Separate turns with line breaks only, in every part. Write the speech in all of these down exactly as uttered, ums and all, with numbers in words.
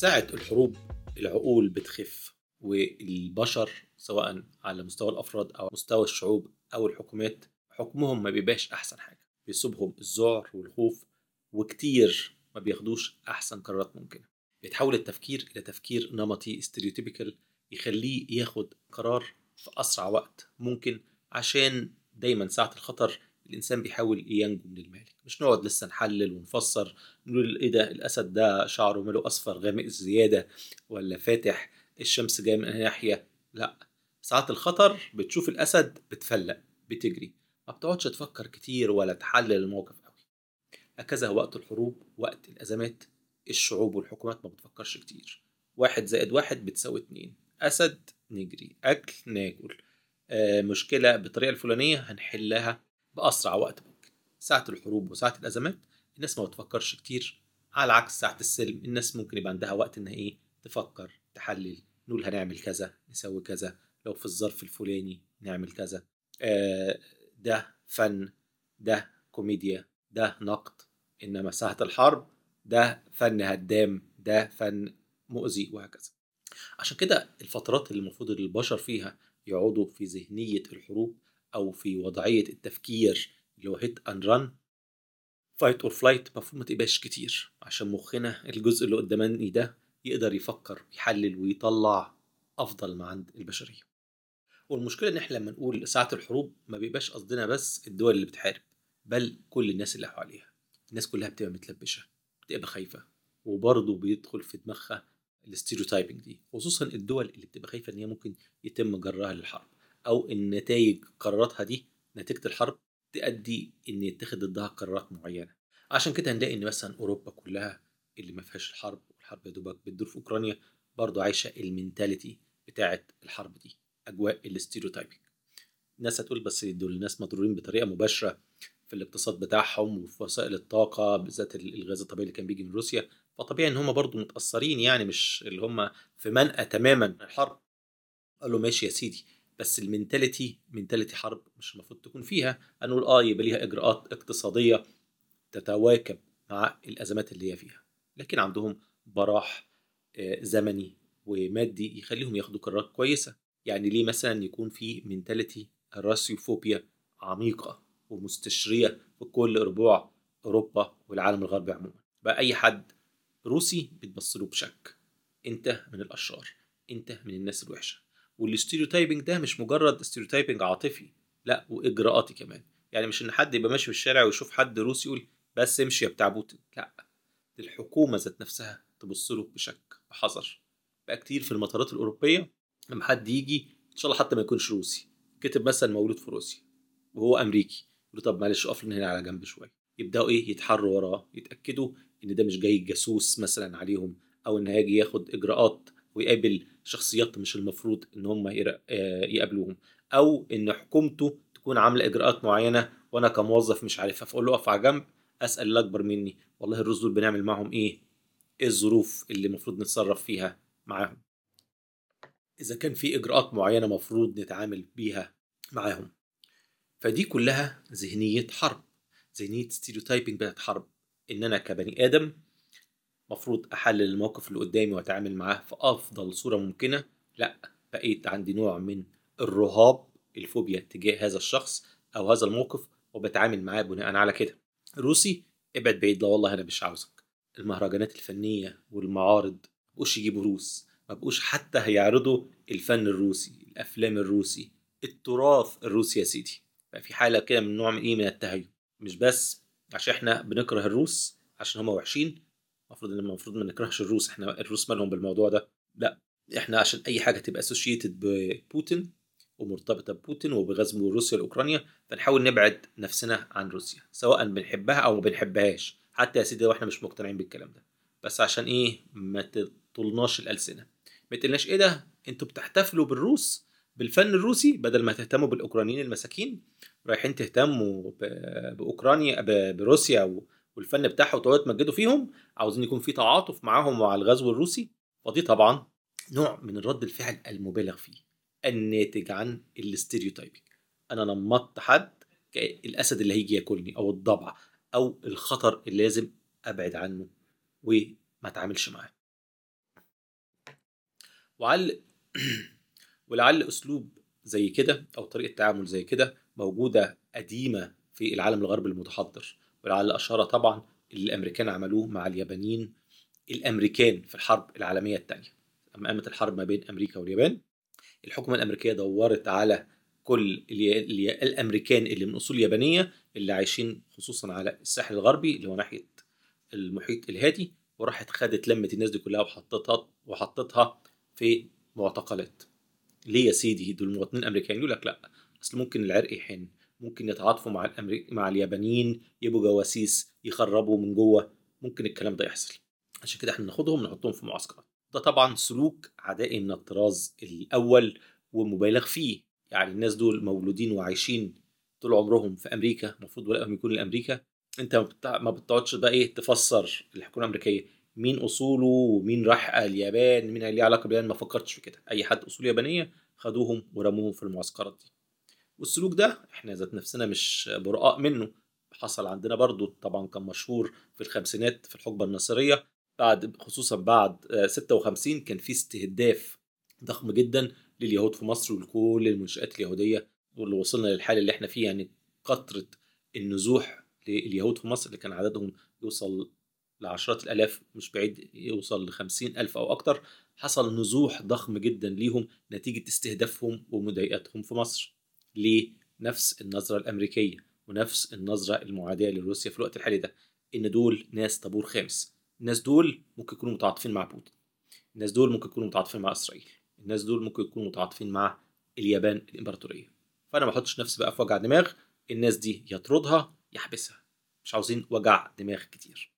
ساعة الحروب العقول بتخف، والبشر سواء على مستوى الأفراد أو مستوى الشعوب أو الحكومات حكمهم ما بيبقاش أحسن حاجة، بيصيبهم الذعر والخوف، وكتير ما بياخدوش أحسن قرارات ممكنة. بيتحول التفكير إلى تفكير نمطي ستيريوتيبيكال يخليه ياخد قرار في أسرع وقت ممكن، عشان دايما ساعة الخطر الإنسان بيحاول ينجو من المهلك. مش نقعد لسه نحلل ونفسر نقول إيه ده، الأسد ده شعره ماله أصفر غامق زيادة ولا فاتح، الشمس جاية من ناحية. لا، ساعة الخطر بتشوف الأسد بتفلق بتجري، ما بتقعدش تفكر كتير ولا تحلل الموقف قوي. هكذا وقت الحروب وقت الأزمات الشعوب والحكومات ما بتفكرش كتير. واحد زائد واحد بتساوي اتنين، أسد نجري، أكل ناكل، آه مشكلة بالطريقة الفلانية هنحلها بأسرع وقت ممكن. ساعة الحروب وساعة الأزمات الناس ما بتفكرش كتير، على عكس ساعة السلم الناس ممكن يبقى عندها وقت إنها إيه تفكر تحلل، نقول هنعمل كذا نسوي كذا، لو في الظرف الفلاني نعمل كذا. آه ده فن، ده كوميديا، ده نقد. إنما ساعة الحرب ده فن هدام، ده فن مؤذي، وهكذا. عشان كده الفترات اللي المفروض البشر فيها يقعدوا في ذهنية الحروب أو في وضعية التفكير اللي هو هيت أند ران، فايت اور فلايت، المفروض ما تبقاش كتير، عشان مخنا الجزء اللي قدامي ده يقدر يفكر ويحلل ويطلع أفضل ما عند البشرية. والمشكلة إن إحنا لما نقول ساعة الحروب ما بيبقاش قصدنا بس الدول اللي بتحارب، بل كل الناس اللي حواليها. الناس كلها بتبقى متلبشة، بتبقى خايفة، وبرضه بيدخل في دماغها الاستيريوتايبنج دي، خصوصا الدول اللي بتبقى خايفة إن هي ممكن يتم جرها للحرب، أو إن نتائج قراراتها دي نتيجة الحرب تؤدي إن يتخذ ضدها قرارات معينة. عشان كده هنلاقي إن مثلا أوروبا كلها اللي ما فيهاش الحرب، والحرب يا دوبك بتدور في أوكرانيا، برضه عايشة المينتاليتي بتاعة الحرب دي، أجواء الاستيريوتايبنج. الناس هتقول بس دول الناس مضرورين بطريقة مباشرة في الاقتصاد بتاعهم وفي وسائل الطاقة، بالذات الغاز الطبيعي اللي كان بيجي من روسيا، فطبيعي ان هم برضو متأثرين، يعني مش اللي هم في منأى تماما من الحرب. قال له ماشي يا سيدي، بس المنتاليتي منتاليتي حرب مش المفروض تكون فيها هنقول اه يبقى ليها اجراءات اقتصادية تتواكب مع الازمات اللي هي فيها، لكن عندهم براح آه، زمني ومادي يخليهم ياخدوا قرارات كويسة. يعني ليه مثلا يكون في منتاليتي راسيوفوبيا عميقة ومستشرية في كل ربوع أوروبا والعالم الغربي عموما؟ بقى أي حد روسي بتبصله بشك، أنت من الأشرار، أنت من الناس الوحشة. والاستيريوتايبنج ده مش مجرد استيريوتايبنج عاطفي، لا وإجراءاتي كمان. يعني مش إن حد يبقى ماشي في الشارع ويشوف حد روسي يقول بس امشي يا بتاع بوتين، لا، دي الحكومة ذات نفسها تبصله بشك وحذر. بقى كتير في المطارات الأوروبية لما حد يجي إن شاء الله حتى ما يكونش روسي، كتب مثلا مولود في روسيا وهو أمريكي، يقول طب معلش اقف لنا هنا على جنب شوية، يبدأوا إيه يتحروا وراه، يتأكدوا إن ده مش جاي جاسوس مثلا عليهم، أو إن هيجي ياخد إجراءات ويقابل شخصيات مش المفروض إن هم يقابلوهم، أو إن حكومته تكون عاملة إجراءات معينة وأنا كموظف مش عارفها، فأقول له اقف على جنب أسأل اللي أكبر مني، والله الرسل دول بنعمل معهم إيه، إيه الظروف اللي المفروض نتصرف فيها معاهم، إذا كان في إجراءات معينة مفروض نتعامل بيها معاهم. فدي كلها ذهنية حرب، ذهنية ستيريوتايبنج بتاعت حرب، إن أنا كبني آدم مفروض أحلل الموقف اللي قدامي وأتعامل معاه في أفضل صورة ممكنة. لا، بقيت عندي نوع من الرهاب، الفوبيا تجاه هذا الشخص أو هذا الموقف، وبتعامل معاه بناء على كده. روسي ابعد بعيد، لا والله أنا مش عاوزك. المهرجانات الفنية والمعارض مبقوش يجيبوا روس، مبقوش حتى هيعرضوا الفن الروسي، الأفلام الروسي، التراث الروسي يا سيدي. بقى في حالة كده من نوع من إيه من التهيؤ، مش بس عشان إحنا بنكره الروس عشان هما وحشين، المفروض ان المفروض ما نكرهش الروس، احنا الروس مالهم بالموضوع ده؟ لا، احنا عشان اي حاجه تبقى اسوشيتد ببوتين ومرتبطه ببوتين وبغزو روسيا لاوكرانيا، فنحاول نبعد نفسنا عن روسيا سواء بنحبها او ما بنحبهاش، حتى يا سيدي واحنا مش مقتنعين بالكلام ده. بس عشان ايه ما تطولناش الالسنه، ما تقلناش ايه ده انتوا بتحتفلوا بالروس بالفن الروسي بدل ما تهتموا بالاوكرانيين المساكين، رايحين تهتموا باوكرانيا بروسيا والفن بتاعها وتقعدوا تمجدوا فيهم، عاوزين يكون في تعاطف معاهم ومع الغزو الروسي. ودي طبعا نوع من الرد الفعل المبالغ فيه الناتج عن الاستيريوتايبنج. انا نمطت حد كالاسد اللي هيجي ياكلني، او الضبع، او الخطر اللي لازم ابعد عنه وما اتعاملش معاه. وعل ولعل أسلوب زي كده أو طريقة تعامل زي كده موجودة قديمة في العالم الغربي المتحضر، ولعل أشهرها طبعا اللي الأمريكان عملوه مع اليابانيين الأمريكان في الحرب العالمية الثانية. أما قامت الحرب ما بين أمريكا واليابان، الحكومة الأمريكية دورت على كل الي... الي... الأمريكان اللي من أصول يابانية اللي عايشين خصوصا على الساحل الغربي اللي هو ناحية المحيط الهادي، وراحت خدت لمت الناس دي كلها وحطتها وحطتها في معتقلات. ليه يا سيدي؟ دول مواطنين امريكان. يقول لك لا، اصل ممكن العرق يحن، ممكن يتعاطفوا مع الأمريك... مع اليابانيين، يبقوا جواسيس يخربوا من جوه، ممكن الكلام ده يحصل، عشان كده احنا ناخدهم نحطهم في معسكرات. ده طبعا سلوك عدائي من الطراز الاول ومبالغ فيه. يعني الناس دول مولودين وعايشين طول عمرهم في امريكا، المفروض ولائهم يكونوا لامريكا. انت ما بتع- ما بتقعدش بقى ايه تفسر الحكومه الامريكيه مين اصوله ومين راح اليابان، مين ليه علاقه باليابان. ما فكرتش في كده، اي حد اصول يابانيه خدوهم ورموهم في المعسكرات دي. والسلوك ده احنا ذات نفسنا مش براء منه، حصل عندنا برضو طبعا، كان مشهور في الخمسينات في الحقبه الناصريه، بعد خصوصا بعد آه، ستة وخمسين كان في استهداف ضخم جدا لليهود في مصر ولكل المنشآت اليهوديه، واللي وصلنا للحال اللي احنا فيه. يعني كثره النزوح لليهود في مصر اللي كان عددهم يوصل لعشرات الآلاف، مش بعيد يوصل لخمسين ألف أو أكتر. حصل نزوح ضخم جدا ليهم نتيجة استهدافهم ومضايقتهم في مصر. ليه؟ نفس النظرة الأمريكية ونفس النظرة المعادية لروسيا في الوقت الحالي ده، إن دول ناس طابور خامس. الناس دول ممكن يكونوا متعاطفين مع بوتين، الناس دول ممكن يكونوا متعاطفين مع إسرائيل، الناس دول ممكن يكونوا متعاطفين مع اليابان الإمبراطورية. فأنا ما أحطش نفسي بقى في وجع دماغ. الناس دي يطردها يحبسها، مش عاوزين وجع دماغ كتير.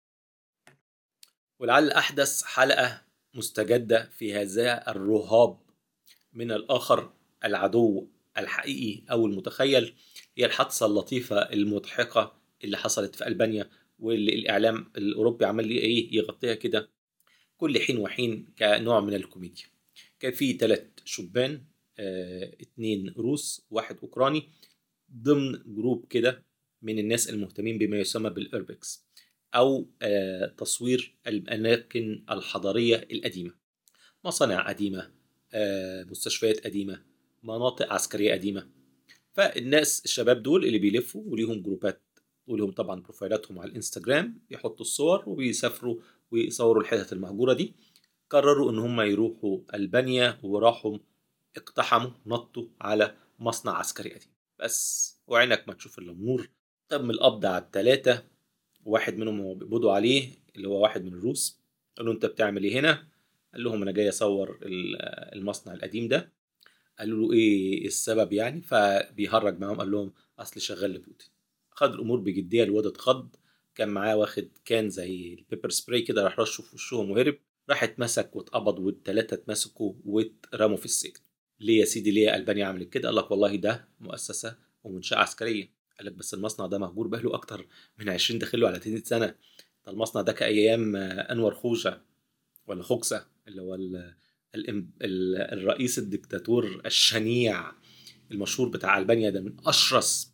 ولعل أحدث حلقة مستجدة في هذا الرهاب من الآخر، العدو الحقيقي أو المتخيل، هي الحادثة اللطيفة المضحكة اللي حصلت في ألبانيا، واللي الإعلام الأوروبي عمل لي إيه يغطيها كده كل حين وحين كنوع من الكوميديا. كان في ثلاث شبان، اه اتنين روس واحد أوكراني، ضمن جروب كده من الناس المهتمين بما يسمى بالإربكس، أو اه تصوير الأماكن الحضارية القديمة، مصانع قديمة، آه، مستشفيات قديمة، مناطق عسكرية قديمة. فالناس الشباب دول اللي بيلفوا وليهم جروبات وليهم طبعا بروفايلاتهم على الانستجرام، بيحطوا الصور وبيسافروا ويصوروا الحتت المهجورة دي. قرروا ان هم يروحوا ألبانيا، وراحوا اقتحموا نطوا على مصنع عسكري قديم. بس وعينك ما تشوف الا النور، تم القبض على الثلاثة. واحد منهم هو بيقبضوا عليه اللي هو واحد من الروس، قال له انت بتعمل ايه هنا؟ قال لهم انا جاي اصور المصنع القديم ده. قالوا له ايه السبب يعني؟ فبيهرج معاهم قال لهم اصل شغال لبوتين. خد الامور بجديه، الواد اتخض، كان معاه واخد كان زي البيبر سبراي كده، راح رشه في وشهم وهرب. راح اتمسك واتقبض، والثلاثه اتمسكوا واترموا في السجن. ليه يا سيدي؟ ليه ألبانيا عملت كده؟ قال لك والله ده مؤسسه ومنشاه عسكريه. قال لك بس المصنع ده مهجور بقاله اكتر من عشرين داخله على ثلاثين سنه. ده المصنع ده كايام انور خوجه ولا خوكسة اللي هو ال ال ال الرئيس الدكتاتور الشنيع المشهور بتاع ألبانيا. ده من أشرس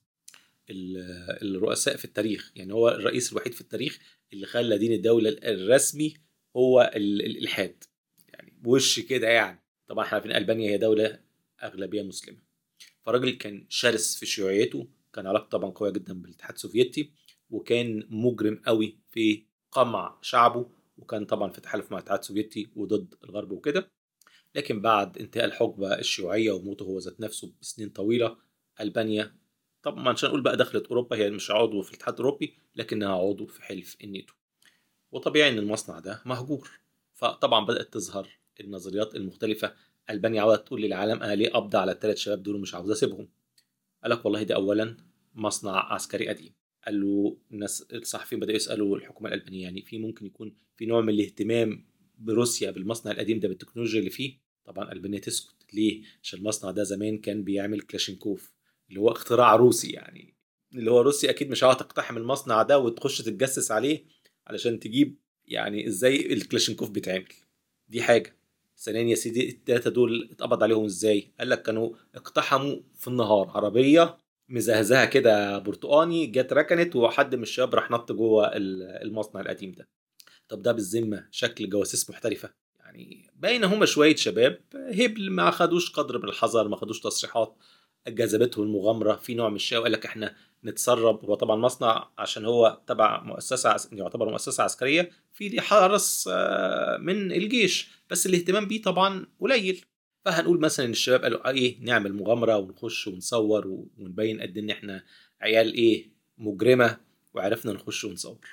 الرؤساء في التاريخ، يعني هو الرئيس الوحيد في التاريخ اللي خلى دين الدولة الرسمي هو الإلحاد، يعني بوش كده. يعني طبعا احنا عارفين ألبانيا هي دولة أغلبية مسلمة. فراجل كان شرس في شيوعيته، كان علاقته طبعا قوية جدا بالاتحاد السوفيتي، وكان مجرم قوي في قمع شعبه، وكان طبعا في تحالف مع الاتحاد السوفيتي وضد الغرب وكده. لكن بعد انتهاء الحقبة الشيوعية وموته هو ذات نفسه بسنين طويلة، ألبانيا طبعا مش هنقول بقى دخلت أوروبا، هي مش عضو في الاتحاد الأوروبي لكنها عضو في حلف الناتو. وطبيعي ان المصنع ده مهجور، فطبعا بدأت تظهر النظريات المختلفة. ألبانيا عاوزة تقول للعالم أنا ليه قبض على الثلاث شباب دول ومش عاوزة أسيبهم. قال لك والله ده أولا مصنع عسكري قديم. قال له الناس الصحفيين بدأوا يسألوا الحكومة الألبانية يعني في ممكن يكون في نوع من الاهتمام بروسيا بالمصنع القديم ده بالتكنولوجيا اللي فيه؟ طبعا ألبانيا تسكت. ليه؟ عشان المصنع ده زمان كان بيعمل كلاشينكوف اللي هو اختراع روسي، يعني اللي هو روسيا أكيد مش هتقطعم تقتحم المصنع ده وتخش تتجسس عليه علشان تجيب يعني ازاي الكلاشينكوف بيتعمل. دي حاجة. ثانيا يا سيدي التلاتة دول اتقبض عليهم ازاي؟ قال لك كانوا اقتحموا في النهار عربية مزهزهه كده برتقاني، جت ركنت وحد من الشباب راح نط جوه المصنع القديم ده. طب ده بالذمه شكل جواسيس محترفه؟ يعني باين هم شويه شباب هبل، ما خدوش قدر من الحذر، ما خدوش تصريحات جذبتهم المغامره في نوع من الشيء، وقال لك احنا نتسرب. هو طبعا مصنع عشان هو تبع مؤسسه عس... يعتبر مؤسسه عسكريه في ليه حرس آه، من الجيش، بس الاهتمام بيه طبعا قليل. فهنقول مثلا ان الشباب قالوا ايه، نعمل مغامره ونخش ونصور ونبين قد ان احنا عيال ايه مجرمه، وعرفنا نخش ونصور.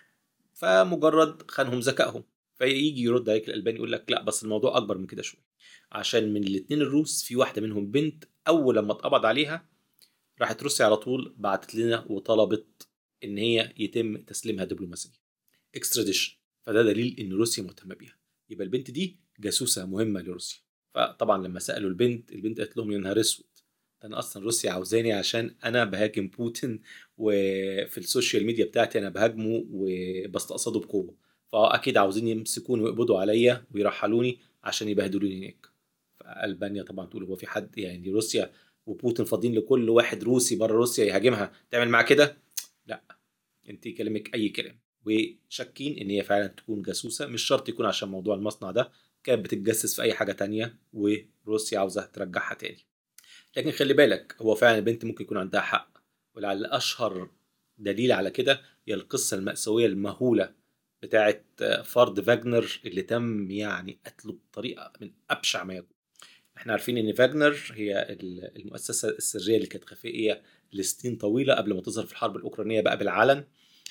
فمجرد خانهم ذكائهم. فيجي يرد عليك الألباني يقول لك لا، بس الموضوع أكبر من كده شوية، عشان من الاتنين الروس في واحدة منهم بنت، أول لما اتقبض عليها راحت روسيا على طول بعتت لنا وطلبت إن هي يتم تسليمها دبلوماسيا، اكستراديشن. فده دليل إن روسيا مهتمة بيها، يبقى البنت دي جاسوسة مهمة لروسيا. فطبعا لما سألوا البنت، البنت قالت لهم يا نهار اسود، انا اصلا روسيا عاوزاني عشان انا بهاجم بوتين، وفي السوشيال ميديا بتاعتي انا بهاجمه وبستقصده بقوه، فاكيد عاوزين يمسكوني ويقبضوا عليا ويرحلوني عشان يبهدلوني هناك. فالبانيا طبعا تقول هو في حد يعني روسيا وبوتين فاضيين لكل واحد روسي بره روسيا يهاجمها تعمل معاه كده؟ لا، انت كلامك اي كلام. وشاكين ان هي فعلا تكون جاسوسه، مش شرط يكون عشان موضوع المصنع ده، كانت بتتجسس في اي حاجه تانية وروسيا عاوزه ترجعها تاني. لكن خلي بالك، هو فعلا البنت ممكن يكون عندها حق، ولعل أشهر دليل على كده هي القصة المأساوية المهولة بتاعت فرد فاجنر اللي تم يعني قتله بطريقة من أبشع ما يكون. احنا عارفين ان فاجنر هي المؤسسة السرية اللي كانت خفية لسنين طويلة قبل ما تظهر في الحرب الأوكرانية بقى بالعلن.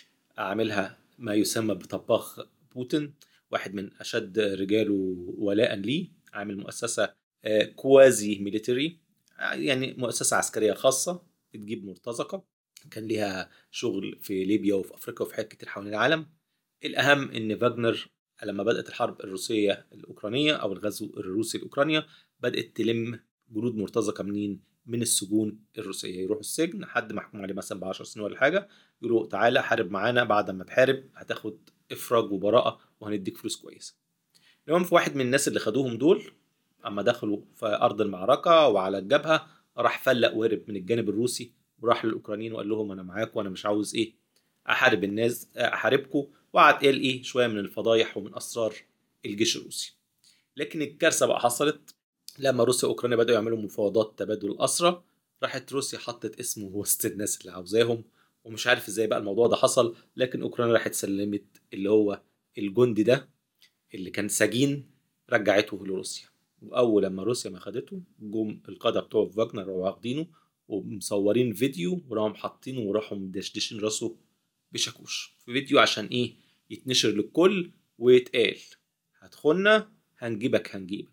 عاملها ما يسمى بطباخ بوتين، واحد من أشد رجاله ولاء ليه. عامل مؤسسة آه، كوازي ميليتري، يعني مؤسسة عسكرية خاصة بتجيب مرتزقة، كان ليها شغل في ليبيا وفي أفريقيا وفي حاجات كتير حوالين العالم. الأهم إن فاجنر لما بدأت الحرب الروسية الأوكرانية أو الغزو الروسي الأوكرانيا، بدأت تلم جنود مرتزقة منين؟ من السجون الروسية، يروحوا السجن حد محكوم عليه مثلا بعشر سنين ولا حاجة، يقولوا تعالى حارب معانا، بعد ما تحارب هتاخد إفراج وبراءة وهنديك فلوس كويسة. المهم في واحد من الناس اللي خدوهم دول، اما دخلوا في ارض المعركه وعلى الجبهه، راح فلق وهرب من الجانب الروسي وراح للاوكرانيين وقال لهم انا معاكم وانا مش عاوز ايه احارب الناس، احاربكم. وقعد قال ايه شويه من الفضايح ومن اسرار الجيش الروسي. لكن الكارثه بقى حصلت لما روسيا واوكرانيا بداوا يعملوا مفاوضات تبادل الاسرى. راحت روسيا حطت اسمه وسط الناس اللي عاوزاهم، ومش عارف ازاي بقى الموضوع ده حصل، لكن اوكرانيا راحت سلمت اللي هو الجندي ده اللي كان سجين، رجعته لروسيا. واول لما روسيا ما خدته، جم القاده بتوع فاجنر راحوا واخدينه ومصورين فيديو وراهم حاطينه وراحوا مدشدشين راسه بشاكوش في فيديو عشان ايه؟ يتنشر للكل ويتقال هتخنا هنجيبك هنجيبك،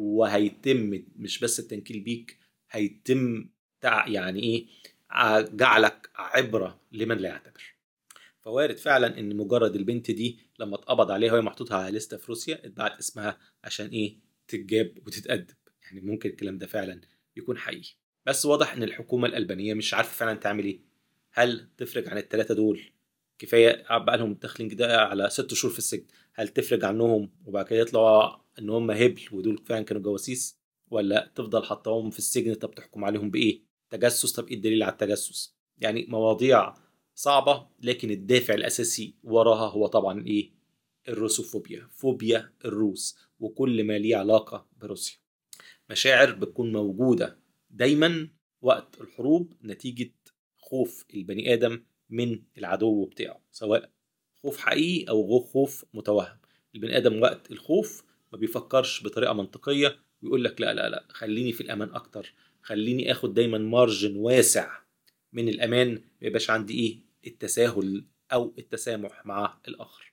وهيتم مش بس التنكيل بيك، هيتم تع يعني ايه ع- جعلك عبرة لمن لا يعتبر. فوارد فعلا ان مجرد البنت دي لما اتقبض عليها وهي محطوطة على لستة في روسيا اتبعت اسمها عشان ايه؟ تتجاب وتتأدب. يعني ممكن الكلام ده فعلا يكون حقيقي، بس واضح ان الحكومة الألبانية مش عارفة فعلا تعمل ايه. هل تفرج عن الثلاثة دول كفاية بقى لهم التخلينج ده على ست شهور في السجن؟ هل تفرج عنهم وبعد كده يطلعوا ان هم هبل ودول فعلا كانوا جواسيس؟ ولا تفضل حطاهم في السجن؟ طب تحكم عليهم بايه؟ تجسس؟ طب ايه الدليل على التجسس؟ يعني مواضيع صعبة، لكن الدافع الأساسي وراها هو طبعا إيه؟ الروسوفوبيا، فوبيا الروس وكل ما ليه علاقة بروسيا. مشاعر بتكون موجودة دايما وقت الحروب نتيجة خوف البني آدم من العدو بتاعه، سواء خوف حقيقي أو خوف متوهم. البني آدم وقت الخوف ما بيفكرش بطريقة منطقية، ويقول لك لا لا لا خليني في الأمان أكتر، خليني آخد دايما مارجن واسع من الأمان، ما يبقاش عندي إيه التساهل أو التسامح مع الآخر.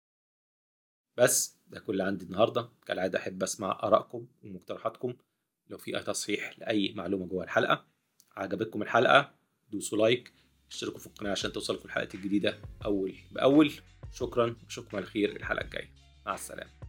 بس ده كل اللي عندي النهاردة. كالعادة أحب أسمع آرائكم ومقترحاتكم. لو في أي تصحيح لأي معلومة جوه الحلقة، عجبتكم الحلقة دوسوا لايك، اشتركوا في القناة عشان توصلكم الحلقات الجديدة أول بأول. شكرا وأشوفكم على خير الحلقة الجاية. مع السلامة.